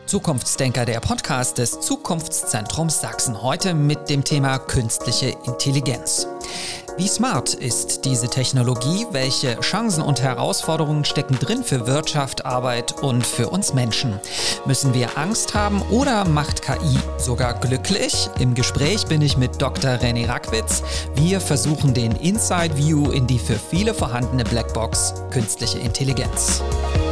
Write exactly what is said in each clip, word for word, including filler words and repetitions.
Zukunftsdenker, der Podcast des Zukunftszentrums Sachsen. Heute mit dem Thema künstliche Intelligenz. Wie smart ist diese Technologie? Welche Chancen und Herausforderungen stecken drin für Wirtschaft, Arbeit und für uns Menschen? Müssen wir Angst haben oder macht K I sogar glücklich? Im Gespräch bin ich mit Doktor René Rackwitz. Wir versuchen den Inside View in die für viele vorhandene Blackbox künstliche Intelligenz.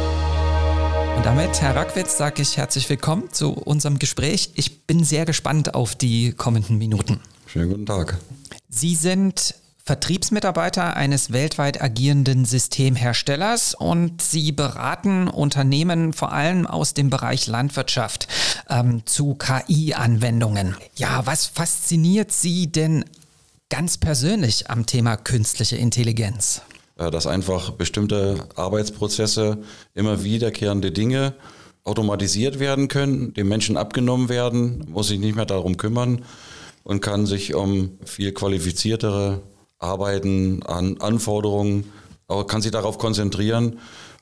Und damit, Herr Rackwitz, sage ich herzlich willkommen zu unserem Gespräch. Ich bin sehr gespannt auf die kommenden Minuten. Schönen guten Tag. Sie sind Vertriebsmitarbeiter eines weltweit agierenden Systemherstellers und Sie beraten Unternehmen vor allem aus dem Bereich Landwirtschaft ähm, zu K I-Anwendungen. Ja, was fasziniert Sie denn ganz persönlich am Thema künstliche Intelligenz? Dass einfach bestimmte Arbeitsprozesse, immer wiederkehrende Dinge automatisiert werden können, dem Menschen abgenommen werden, muss sich nicht mehr darum kümmern und kann sich um viel qualifiziertere Arbeiten an Anforderungen, aber kann sich darauf konzentrieren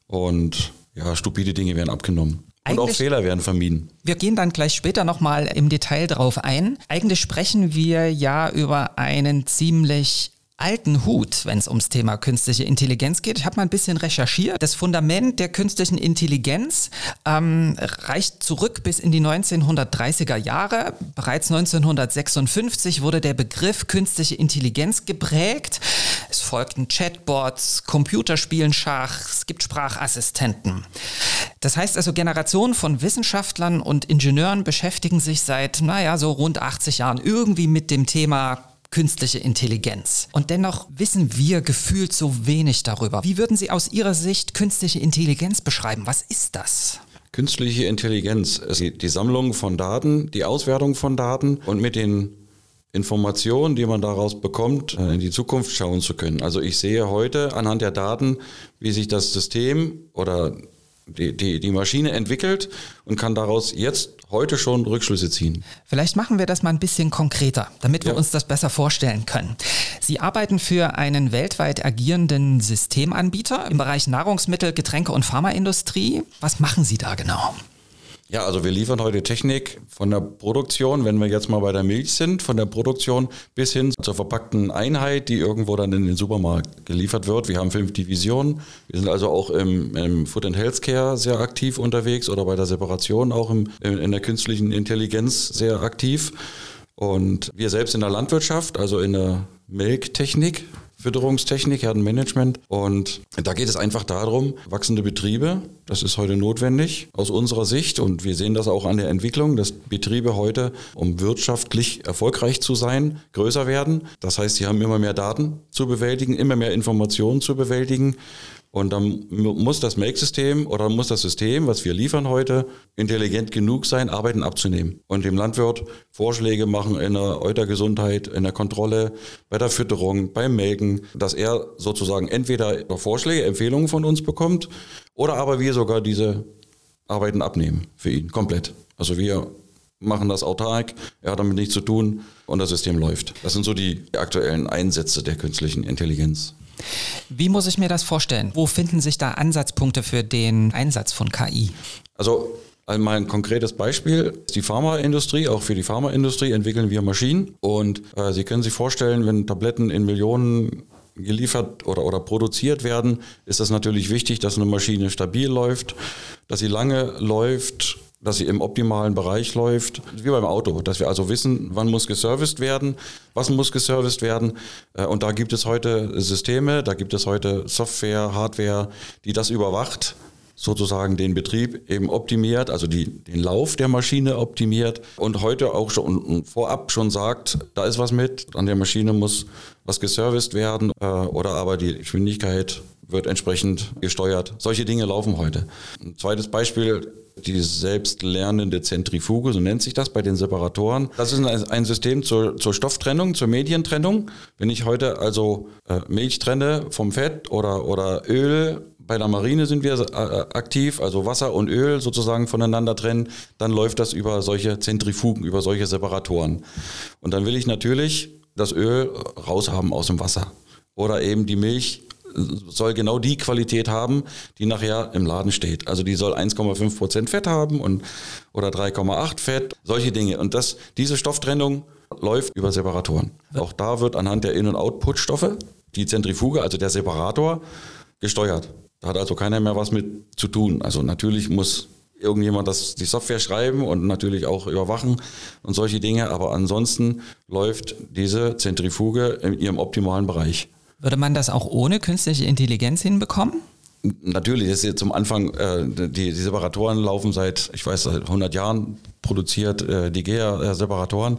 und ja, stupide Dinge werden abgenommen. Und auch Fehler werden vermieden. Wir gehen dann gleich später nochmal im Detail drauf ein. Eigentlich sprechen wir ja über einen ziemlich alten Hut, wenn es ums Thema künstliche Intelligenz geht. Ich habe mal ein bisschen recherchiert. Das Fundament der künstlichen Intelligenz ähm, reicht zurück bis in die neunzehnhundertdreißiger Jahre. Bereits neunzehnhundertsechsundfünfzig wurde der Begriff künstliche Intelligenz geprägt. Es folgten Chatbots, Computerspielen, Schach, es gibt Sprachassistenten. Das heißt also, Generationen von Wissenschaftlern und Ingenieuren beschäftigen sich seit, naja, so rund achtzig Jahren irgendwie mit dem Thema künstliche Intelligenz. Und dennoch wissen wir gefühlt so wenig darüber. Wie würden Sie aus Ihrer Sicht künstliche Intelligenz beschreiben? Was ist das? Künstliche Intelligenz ist die Sammlung von Daten, die Auswertung von Daten und mit den Informationen, die man daraus bekommt, in die Zukunft schauen zu können. Also ich sehe heute anhand der Daten, wie sich das System oder die, die, die Maschine entwickelt und kann daraus jetzt heute schon Rückschlüsse ziehen. Vielleicht machen wir das mal ein bisschen konkreter, damit wir ja. uns das besser vorstellen können. Sie arbeiten für einen weltweit agierenden Systemanbieter im Bereich Nahrungsmittel, Getränke und Pharmaindustrie. Was machen Sie da genau? Ja, also wir liefern heute Technik von der Produktion, wenn wir jetzt mal bei der Milch sind, von der Produktion bis hin zur verpackten Einheit, die irgendwo dann in den Supermarkt geliefert wird. Wir haben fünf Divisionen. Wir sind also auch im, im Food and Healthcare sehr aktiv unterwegs oder bei der Separation auch im, in der künstlichen Intelligenz sehr aktiv. Und wir selbst in der Landwirtschaft, also in der Melktechnik, Fütterungstechnik, Herdenmanagement. Und da geht es einfach darum, wachsende Betriebe, das ist heute notwendig aus unserer Sicht und wir sehen das auch an der Entwicklung, dass Betriebe heute, um wirtschaftlich erfolgreich zu sein, größer werden. Das heißt, sie haben immer mehr Daten zu bewältigen, immer mehr Informationen zu bewältigen. Und dann muss das Melksystem oder muss das System, was wir liefern heute, intelligent genug sein, Arbeiten abzunehmen. Und dem Landwirt Vorschläge machen in der Eutergesundheit, in der Kontrolle, bei der Fütterung, beim Melken, dass er sozusagen entweder Vorschläge, Empfehlungen von uns bekommt oder aber wir sogar diese Arbeiten abnehmen für ihn, komplett. Also wir machen das autark, er hat damit nichts zu tun und das System läuft. Das sind so die aktuellen Einsätze der künstlichen Intelligenz. Wie muss ich mir das vorstellen? Wo finden sich da Ansatzpunkte für den Einsatz von K I? Also mal ein konkretes Beispiel, die Pharmaindustrie, auch für die Pharmaindustrie entwickeln wir Maschinen und äh, Sie können sich vorstellen, wenn Tabletten in Millionen geliefert oder, oder produziert werden, ist das natürlich wichtig, dass eine Maschine stabil läuft, dass sie lange läuft, dass sie im optimalen Bereich läuft, wie beim Auto, dass wir also wissen, wann muss geserviced werden, was muss geserviced werden und da gibt es heute Systeme, da gibt es heute Software, Hardware, die das überwacht, sozusagen den Betrieb eben optimiert, also die, den Lauf der Maschine optimiert und heute auch schon vorab schon sagt, da ist was mit, an der Maschine muss was geserviced werden äh, oder aber die Geschwindigkeit wird entsprechend gesteuert. Solche Dinge laufen heute. Ein zweites Beispiel, die selbstlernende Zentrifuge, so nennt sich das bei den Separatoren. Das ist ein System zur, zur Stofftrennung, zur Medientrennung. Wenn ich heute also äh, Milch trenne vom Fett oder, oder Öl, bei der Marine sind wir äh, aktiv, also Wasser und Öl sozusagen voneinander trennen, dann läuft das über solche Zentrifugen, über solche Separatoren. Und dann will ich natürlich das Öl raushaben aus dem Wasser oder eben die Milch soll genau die Qualität haben, die nachher im Laden steht. Also die soll eins Komma fünf Prozent Fett haben und, oder drei Komma acht Fett, solche Dinge. Und das, diese Stofftrennung läuft über Separatoren. Auch da wird anhand der In- und Output-Stoffe die Zentrifuge, also der Separator, gesteuert. Da hat also keiner mehr was mit zu tun. Also natürlich muss irgendjemand das, die Software schreiben und natürlich auch überwachen und solche Dinge. Aber ansonsten läuft diese Zentrifuge in ihrem optimalen Bereich. Würde man das auch ohne künstliche Intelligenz hinbekommen? Natürlich, das ist jetzt zum Anfang, äh, die, die Separatoren laufen seit, ich weiß, seit hundert Jahren produziert äh, die G E A-Separatoren.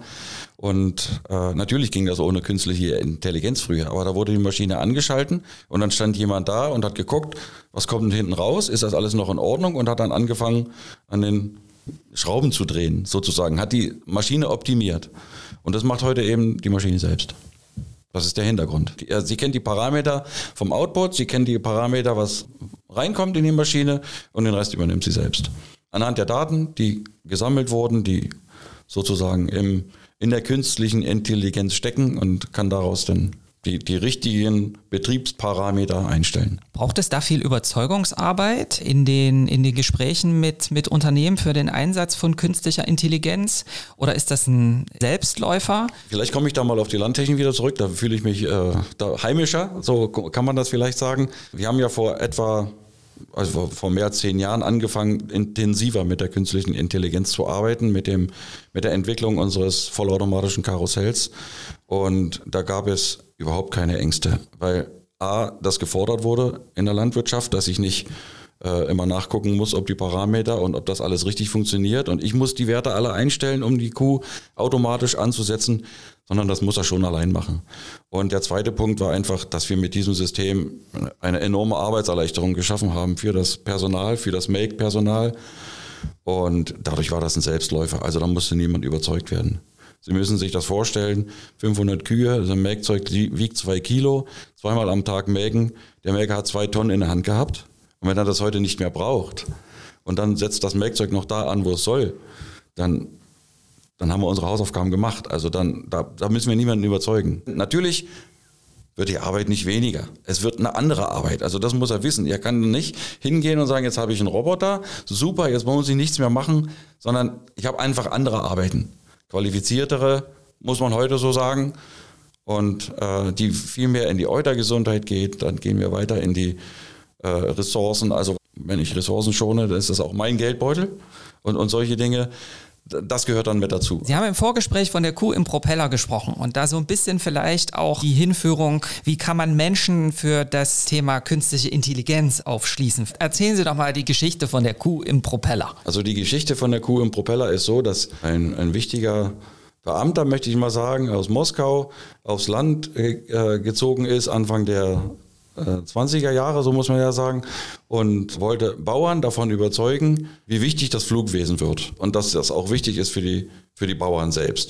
Und äh, natürlich ging das ohne künstliche Intelligenz früher, aber da wurde die Maschine angeschalten und dann stand jemand da und hat geguckt, was kommt denn hinten raus, ist das alles noch in Ordnung, und hat dann angefangen an den Schrauben zu drehen, sozusagen, hat die Maschine optimiert. Und das macht heute eben die Maschine selbst. Das ist der Hintergrund. Sie kennt die Parameter vom Output, sie kennt die Parameter, was reinkommt in die Maschine, und den Rest übernimmt sie selbst. Anhand der Daten, die gesammelt wurden, die sozusagen im, in der künstlichen Intelligenz stecken, und kann daraus dann die, die richtigen Betriebsparameter einstellen. Braucht es da viel Überzeugungsarbeit in den, in den Gesprächen mit, mit Unternehmen für den Einsatz von künstlicher Intelligenz, oder ist das ein Selbstläufer? Vielleicht komme ich da mal auf die Landtechnik wieder zurück, da fühle ich mich äh, da heimischer, so kann man das vielleicht sagen. Wir haben ja vor etwa also vor mehr als zehn Jahren angefangen, intensiver mit der künstlichen Intelligenz zu arbeiten, mit dem, mit der Entwicklung unseres vollautomatischen Karussells. Und da gab es überhaupt keine Ängste, weil A, das gefordert wurde in der Landwirtschaft, dass ich nicht äh, immer nachgucken muss, ob die Parameter und ob das alles richtig funktioniert. Und ich muss die Werte alle einstellen, um die Kuh automatisch anzusetzen, sondern das muss er schon allein machen. Und der zweite Punkt war einfach, dass wir mit diesem System eine enorme Arbeitserleichterung geschaffen haben für das Personal, für das Melkpersonal. Und dadurch war das ein Selbstläufer. Also da musste niemand überzeugt werden. Sie müssen sich das vorstellen, fünfhundert Kühe, also ein Melkzeug wiegt zwei Kilo, zweimal am Tag melken. Der Melker hat zwei Tonnen in der Hand gehabt. Und wenn er das heute nicht mehr braucht und dann setzt das Melkzeug noch da an, wo es soll, dann, dann haben wir unsere Hausaufgaben gemacht. Also dann, da, da müssen wir niemanden überzeugen. Natürlich wird die Arbeit nicht weniger. Es wird eine andere Arbeit. Also das muss er wissen. Er kann nicht hingehen und sagen, jetzt habe ich einen Roboter, super, jetzt muss ich nichts mehr machen, sondern ich habe einfach andere Arbeiten. Qualifiziertere, muss man heute so sagen, und äh, die viel mehr in die Eutergesundheit geht. Dann gehen wir weiter in die äh, Ressourcen. Also wenn ich Ressourcen schone, dann ist das auch mein Geldbeutel und, und solche Dinge. Das gehört dann mit dazu. Sie haben im Vorgespräch von der Kuh im Propeller gesprochen und da so ein bisschen vielleicht auch die Hinführung, wie kann man Menschen für das Thema künstliche Intelligenz aufschließen. Erzählen Sie doch mal die Geschichte von der Kuh im Propeller. Also die Geschichte von der Kuh im Propeller ist so, dass ein, ein wichtiger Beamter, möchte ich mal sagen, aus Moskau aufs Land äh, gezogen ist, Anfang der zwanziger Jahre, so muss man ja sagen, und wollte Bauern davon überzeugen, wie wichtig das Flugwesen wird und dass das auch wichtig ist für die, für die Bauern selbst.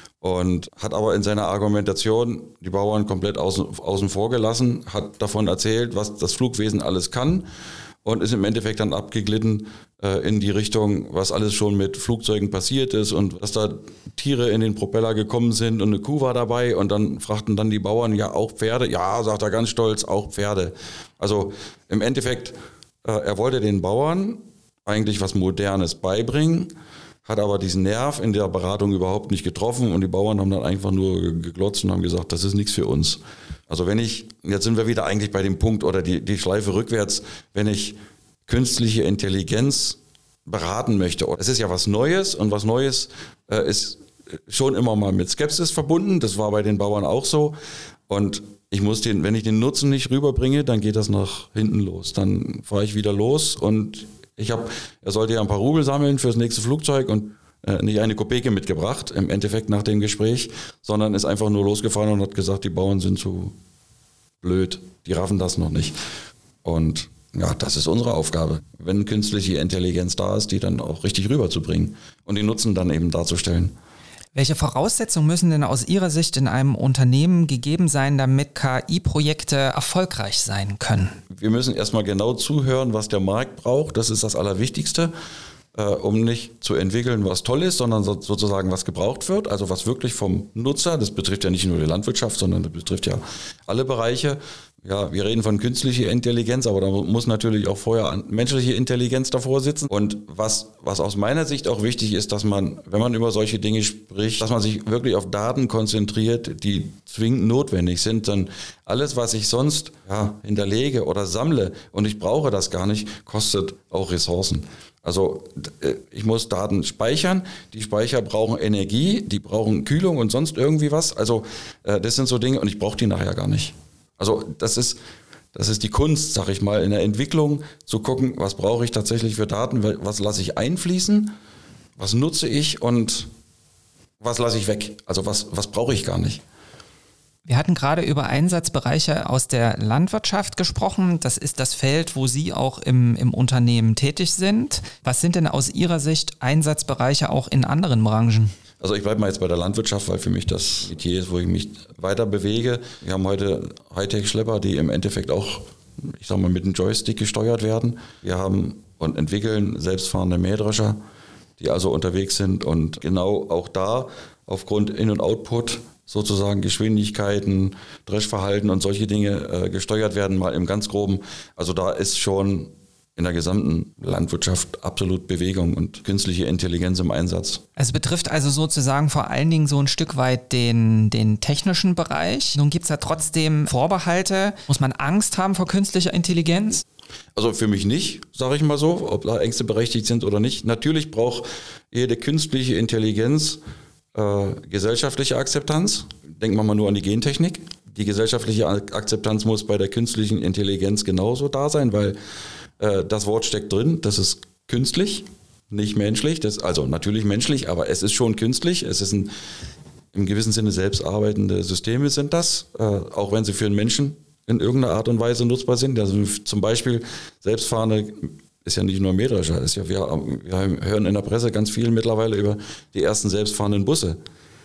Und hat aber in seiner Argumentation die Bauern komplett außen, außen vor gelassen, hat davon erzählt, was das Flugwesen alles kann, und ist im Endeffekt dann abgeglitten äh, in die Richtung, was alles schon mit Flugzeugen passiert ist und dass da Tiere in den Propeller gekommen sind und eine Kuh war dabei, und dann fragten dann die Bauern, ja, auch Pferde? Ja, sagt er ganz stolz, auch Pferde. Also im Endeffekt, äh, er wollte den Bauern eigentlich was Modernes beibringen, hat aber diesen Nerv in der Beratung überhaupt nicht getroffen, und die Bauern haben dann einfach nur geglotzt und haben gesagt, das ist nichts für uns. Also wenn ich, jetzt sind wir wieder eigentlich bei dem Punkt oder die, die Schleife rückwärts, wenn ich künstliche Intelligenz beraten möchte, es ist ja was Neues, und was Neues äh, ist schon immer mal mit Skepsis verbunden, das war bei den Bauern auch so, und ich muss den, wenn ich den Nutzen nicht rüberbringe, dann geht das nach hinten los, dann fahre ich wieder los, und ich habe, er sollte ja ein paar Rubel sammeln fürs nächste Flugzeug und äh, nicht eine Kopeke mitgebracht, im Endeffekt nach dem Gespräch, sondern ist einfach nur losgefahren und hat gesagt, die Bauern sind zu blöd, die raffen das noch nicht. Und ja, das ist unsere Aufgabe, wenn künstliche Intelligenz da ist, die dann auch richtig rüberzubringen und den Nutzen dann eben darzustellen. Welche Voraussetzungen müssen denn aus Ihrer Sicht in einem Unternehmen gegeben sein, damit K I-Projekte erfolgreich sein können? Wir müssen erstmal genau zuhören, was der Markt braucht. Das ist das Allerwichtigste, äh, um nicht zu entwickeln, was toll ist, sondern so, sozusagen, was gebraucht wird. Also was wirklich vom Nutzer, das betrifft ja nicht nur die Landwirtschaft, sondern das betrifft ja alle Bereiche, ja, wir reden von künstlicher Intelligenz, aber da muss natürlich auch vorher menschliche Intelligenz davor sitzen. Und was, was aus meiner Sicht auch wichtig ist, dass man, wenn man über solche Dinge spricht, dass man sich wirklich auf Daten konzentriert, die zwingend notwendig sind. Denn alles, was ich sonst ja, hinterlege oder sammle und ich brauche das gar nicht, kostet auch Ressourcen. Also ich muss Daten speichern, die Speicher brauchen Energie, die brauchen Kühlung und sonst irgendwie was. Also das sind so Dinge und ich brauche die nachher gar nicht. Also das ist, das ist die Kunst, sag ich mal, in der Entwicklung, zu gucken, was brauche ich tatsächlich für Daten, was lasse ich einfließen, was nutze ich und was lasse ich weg. Also was, was brauche ich gar nicht. Wir hatten gerade über Einsatzbereiche aus der Landwirtschaft gesprochen. Das ist das Feld, wo Sie auch im, im Unternehmen tätig sind. Was sind denn aus Ihrer Sicht Einsatzbereiche auch in anderen Branchen? Also ich bleibe mal jetzt bei der Landwirtschaft, weil für mich das Metier ist, wo ich mich weiter bewege. Wir haben heute Hightech-Schlepper, die im Endeffekt auch, ich sag mal, mit einem Joystick gesteuert werden. Wir haben und entwickeln selbstfahrende Mähdrescher, die also unterwegs sind und genau auch da aufgrund In- und Output sozusagen Geschwindigkeiten, Dreschverhalten und solche Dinge äh, gesteuert werden, mal im ganz Groben. Also da ist schon in der gesamten Landwirtschaft absolut Bewegung und künstliche Intelligenz im Einsatz. Es betrifft also sozusagen vor allen Dingen so ein Stück weit den, den technischen Bereich. Nun gibt es da trotzdem Vorbehalte. Muss man Angst haben vor künstlicher Intelligenz? Also für mich nicht, sage ich mal so, ob da Ängste berechtigt sind oder nicht. Natürlich braucht jede künstliche Intelligenz äh, gesellschaftliche Akzeptanz. Denken wir mal nur an die Gentechnik. Die gesellschaftliche Akzeptanz muss bei der künstlichen Intelligenz genauso da sein, weil das Wort steckt drin, das ist künstlich, nicht menschlich. Das, also natürlich menschlich, aber es ist schon künstlich. Es ist ein, im gewissen Sinne selbstarbeitende Systeme sind das, äh, auch wenn sie für einen Menschen in irgendeiner Art und Weise nutzbar sind. Also zum Beispiel selbstfahrende ist ja nicht nur Mähdrescher. Ist ja, wir, wir hören in der Presse ganz viel mittlerweile über die ersten selbstfahrenden Busse.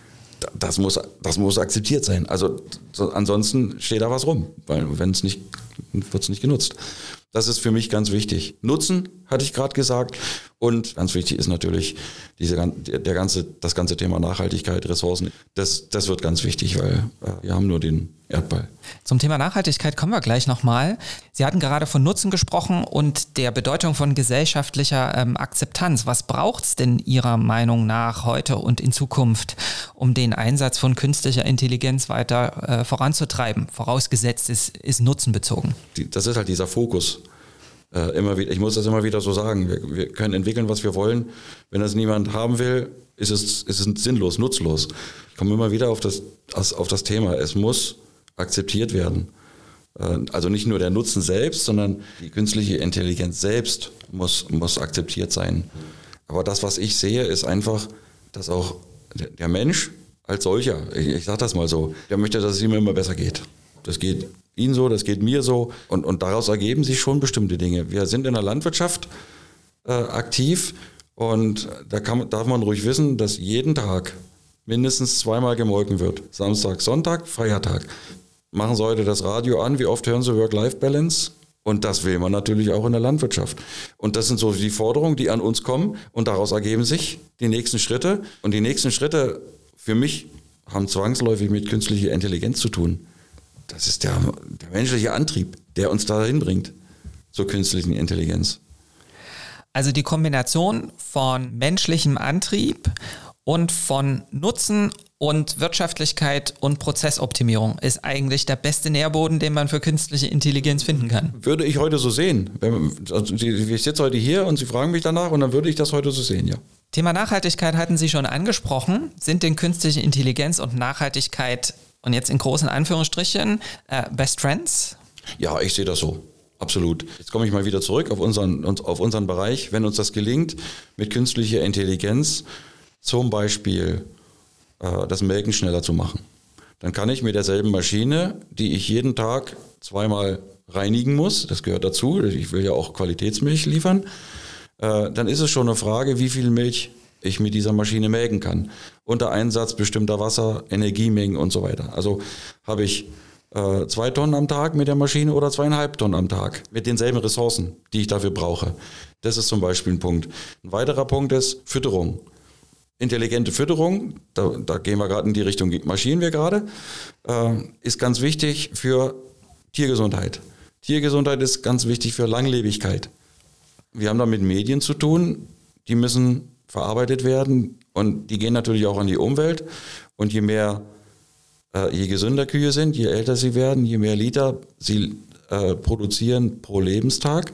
Das muss, das muss akzeptiert sein. Also so, ansonsten steht da was rum, weil wenn es nicht, wird es nicht genutzt. Das ist für mich ganz wichtig. Nutzen, hatte ich gerade gesagt. Und ganz wichtig ist natürlich diese, der ganze, das ganze Thema Nachhaltigkeit, Ressourcen. Das, das wird ganz wichtig, weil äh, wir haben nur den Erdball. Zum Thema Nachhaltigkeit kommen wir gleich nochmal. Sie hatten gerade von Nutzen gesprochen und der Bedeutung von gesellschaftlicher ähm, Akzeptanz. Was braucht es denn Ihrer Meinung nach heute und in Zukunft, um den Einsatz von künstlicher Intelligenz weiter äh, voranzutreiben? Vorausgesetzt ist, ist nutzenbezogen. Die, das ist halt dieser Fokus. Äh, immer wieder, ich muss das immer wieder so sagen. Wir, wir können entwickeln, was wir wollen. Wenn das niemand haben will, ist es, ist es sinnlos, nutzlos. Ich komme immer wieder auf das, auf das Thema. Es muss akzeptiert werden. Äh, also nicht nur der Nutzen selbst, sondern die künstliche Intelligenz selbst muss, muss akzeptiert sein. Aber das, was ich sehe, ist einfach, dass auch der, der Mensch als solcher, ich, ich sage das mal so, der möchte, dass es ihm immer besser geht. Das geht Ihnen so, das geht mir so und, und daraus ergeben sich schon bestimmte Dinge. Wir sind in der Landwirtschaft äh, aktiv und da kann, darf man ruhig wissen, dass jeden Tag mindestens zweimal gemolken wird. Samstag, Sonntag, Feiertag. Machen Sie heute das Radio an, wie oft hören Sie Work-Life-Balance? Und das will man natürlich auch in der Landwirtschaft. Und das sind so die Forderungen, die an uns kommen und daraus ergeben sich die nächsten Schritte. Und die nächsten Schritte für mich haben zwangsläufig mit künstlicher Intelligenz zu tun. Das ist der, der menschliche Antrieb, der uns dahin bringt zur künstlichen Intelligenz. Also die Kombination von menschlichem Antrieb und von Nutzen und Wirtschaftlichkeit und Prozessoptimierung ist eigentlich der beste Nährboden, den man für künstliche Intelligenz finden kann. Würde ich heute so sehen. Also ich sitze heute hier und Sie fragen mich danach und dann würde ich das heute so sehen, ja. Thema Nachhaltigkeit hatten Sie schon angesprochen. Sind denn künstliche Intelligenz und Nachhaltigkeit und jetzt in großen Anführungsstrichen äh, Best Friends? Ja, ich sehe das so. Absolut. Jetzt komme ich mal wieder zurück auf unseren, auf unseren Bereich. Wenn uns das gelingt, mit künstlicher Intelligenz zum Beispiel äh, das Melken schneller zu machen, dann kann ich mit derselben Maschine, die ich jeden Tag zweimal reinigen muss, das gehört dazu, ich will ja auch Qualitätsmilch liefern, äh, dann ist es schon eine Frage, wie viel Milch ich mit dieser Maschine melken kann. Unter Einsatz bestimmter Wasser, Energiemengen und so weiter. Also habe ich äh, zwei Tonnen am Tag mit der Maschine oder zweieinhalb Tonnen am Tag mit denselben Ressourcen, die ich dafür brauche. Das ist zum Beispiel ein Punkt. Ein weiterer Punkt ist Fütterung. Intelligente Fütterung, da, da gehen wir gerade in die Richtung, marschieren wir gerade, äh, ist ganz wichtig für Tiergesundheit. Tiergesundheit ist ganz wichtig für Langlebigkeit. Wir haben da mit Medien zu tun, die müssen verarbeitet werden und die gehen natürlich auch an die Umwelt. Und je mehr, äh, je gesünder Kühe sind, je älter sie werden, je mehr Liter sie äh, produzieren pro Lebenstag,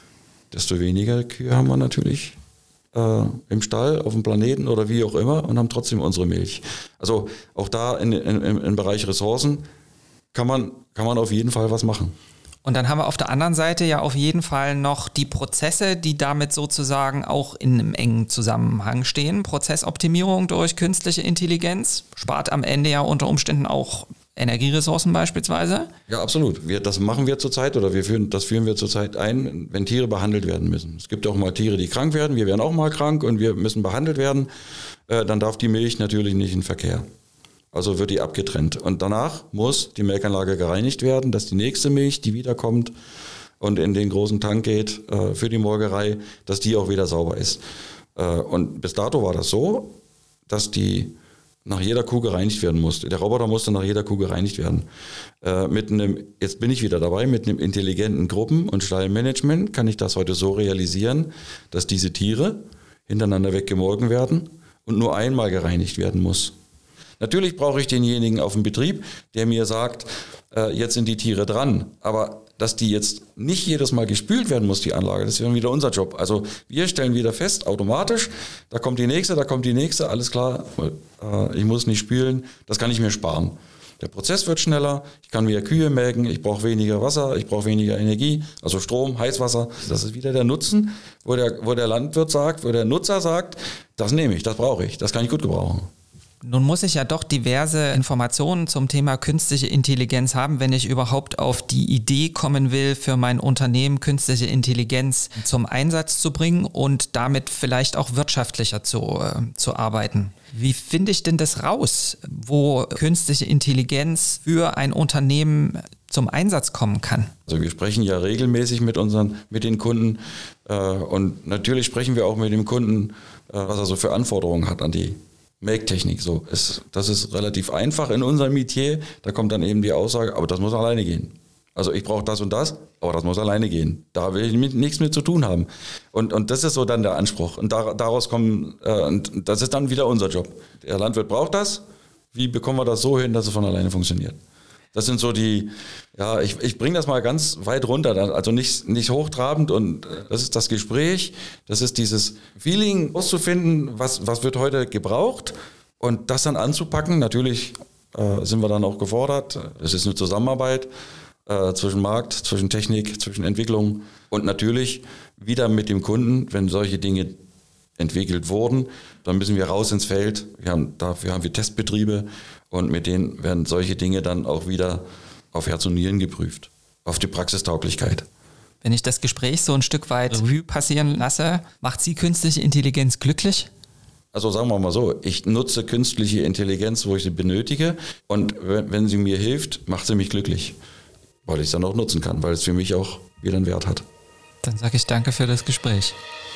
desto weniger Kühe haben wir natürlich äh, im Stall, auf dem Planeten oder wie auch immer und haben trotzdem unsere Milch. Also auch da in, in, im Bereich Ressourcen kann man, kann man auf jeden Fall was machen. Und dann haben wir auf der anderen Seite ja auf jeden Fall noch die Prozesse, die damit sozusagen auch in einem engen Zusammenhang stehen. Prozessoptimierung durch künstliche Intelligenz spart am Ende ja unter Umständen auch Energieressourcen beispielsweise. Ja, absolut. Wir, das machen wir zurzeit oder wir führen, das führen wir zurzeit ein, wenn Tiere behandelt werden müssen. Es gibt auch mal Tiere, die krank werden. Wir werden auch mal krank und wir müssen behandelt werden. Äh, dann darf die Milch natürlich nicht in Verkehr. Also wird die abgetrennt. Und danach muss die Melkanlage gereinigt werden, dass die nächste Milch, die wiederkommt und in den großen Tank geht äh, für die Molkerei, dass die auch wieder sauber ist. Äh, und bis dato war das so, dass die nach jeder Kuh gereinigt werden musste. Der Roboter musste nach jeder Kuh gereinigt werden. Äh, mit einem, jetzt bin ich wieder dabei, mit einem intelligenten Gruppen- und Stallmanagement kann ich das heute so realisieren, dass diese Tiere hintereinander weggemolken werden und nur einmal gereinigt werden muss. Natürlich brauche ich denjenigen auf dem Betrieb, der mir sagt, äh, jetzt sind die Tiere dran. Aber dass die jetzt nicht jedes Mal gespült werden muss, die Anlage, das ist dann wieder unser Job. Also wir stellen wieder fest, automatisch, da kommt die nächste, da kommt die nächste, alles klar, äh, ich muss nicht spülen, das kann ich mir sparen. Der Prozess wird schneller, ich kann mehr Kühe melken, ich brauche weniger Wasser, ich brauche weniger Energie, also Strom, Heißwasser. Das ist wieder der Nutzen, wo der, wo der Landwirt sagt, wo der Nutzer sagt, das nehme ich, das brauche ich, das kann ich gut gebrauchen. Nun muss ich ja doch diverse Informationen zum Thema künstliche Intelligenz haben, wenn ich überhaupt auf die Idee kommen will, für mein Unternehmen künstliche Intelligenz zum Einsatz zu bringen und damit vielleicht auch wirtschaftlicher zu, äh, zu arbeiten. Wie finde ich denn das raus, wo künstliche Intelligenz für ein Unternehmen zum Einsatz kommen kann? Also wir sprechen ja regelmäßig mit unseren, mit den Kunden äh, und natürlich sprechen wir auch mit dem Kunden, äh, was er so für Anforderungen hat an die Melktechnik, so. Es, das ist relativ einfach in unserem Metier. Da kommt dann eben die Aussage, aber das muss alleine gehen. Also ich brauche das und das, aber das muss alleine gehen. Da will ich mit, nichts mit zu tun haben. Und, und das ist so dann der Anspruch. Und da, daraus kommen, äh, und das ist dann wieder unser Job. Der Landwirt braucht das. Wie bekommen wir das so hin, dass es von alleine funktioniert? Das sind so die, ja, ich, ich bringe das mal ganz weit runter, also nicht, nicht hochtrabend und das ist das Gespräch, das ist dieses Feeling auszufinden, was, was wird heute gebraucht und das dann anzupacken. Natürlich äh, sind wir dann auch gefordert, es ist eine Zusammenarbeit äh, zwischen Markt, zwischen Technik, zwischen Entwicklung und natürlich wieder mit dem Kunden, wenn solche Dinge entwickelt wurden, dann müssen wir raus ins Feld, wir haben, dafür haben wir Testbetriebe, und mit denen werden solche Dinge dann auch wieder auf Herz und Nieren geprüft, auf die Praxistauglichkeit. Wenn ich das Gespräch so ein Stück weit Revue passieren lasse, macht Sie künstliche Intelligenz glücklich? Also sagen wir mal so, ich nutze künstliche Intelligenz, wo ich sie benötige und wenn, wenn sie mir hilft, macht sie mich glücklich, weil ich es dann auch nutzen kann, weil es für mich auch wieder einen Wert hat. Dann sage ich danke für das Gespräch.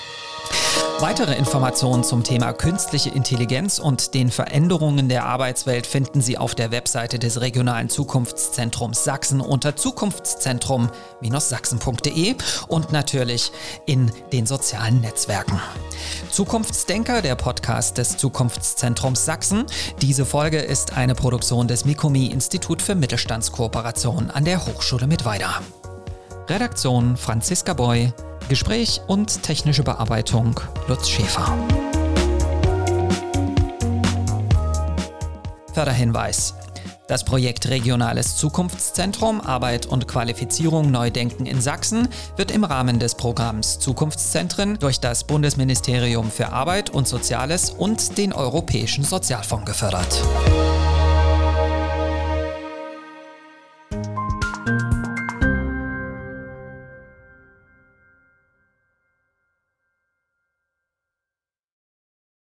Weitere Informationen zum Thema künstliche Intelligenz und den Veränderungen der Arbeitswelt finden Sie auf der Webseite des Regionalen Zukunftszentrums Sachsen unter zukunftszentrum Sachsen punkt de und natürlich in den sozialen Netzwerken. Zukunftsdenker, der Podcast des Zukunftszentrums Sachsen. Diese Folge ist eine Produktion des Mikomi Institut für Mittelstandskooperation an der Hochschule Mittweida. Redaktion Franziska Boy. Gespräch und technische Bearbeitung Lutz Schäfer. Förderhinweis. Das Projekt Regionales Zukunftszentrum Arbeit und Qualifizierung Neudenken in Sachsen wird im Rahmen des Programms Zukunftszentren durch das Bundesministerium für Arbeit und Soziales und den Europäischen Sozialfonds gefördert.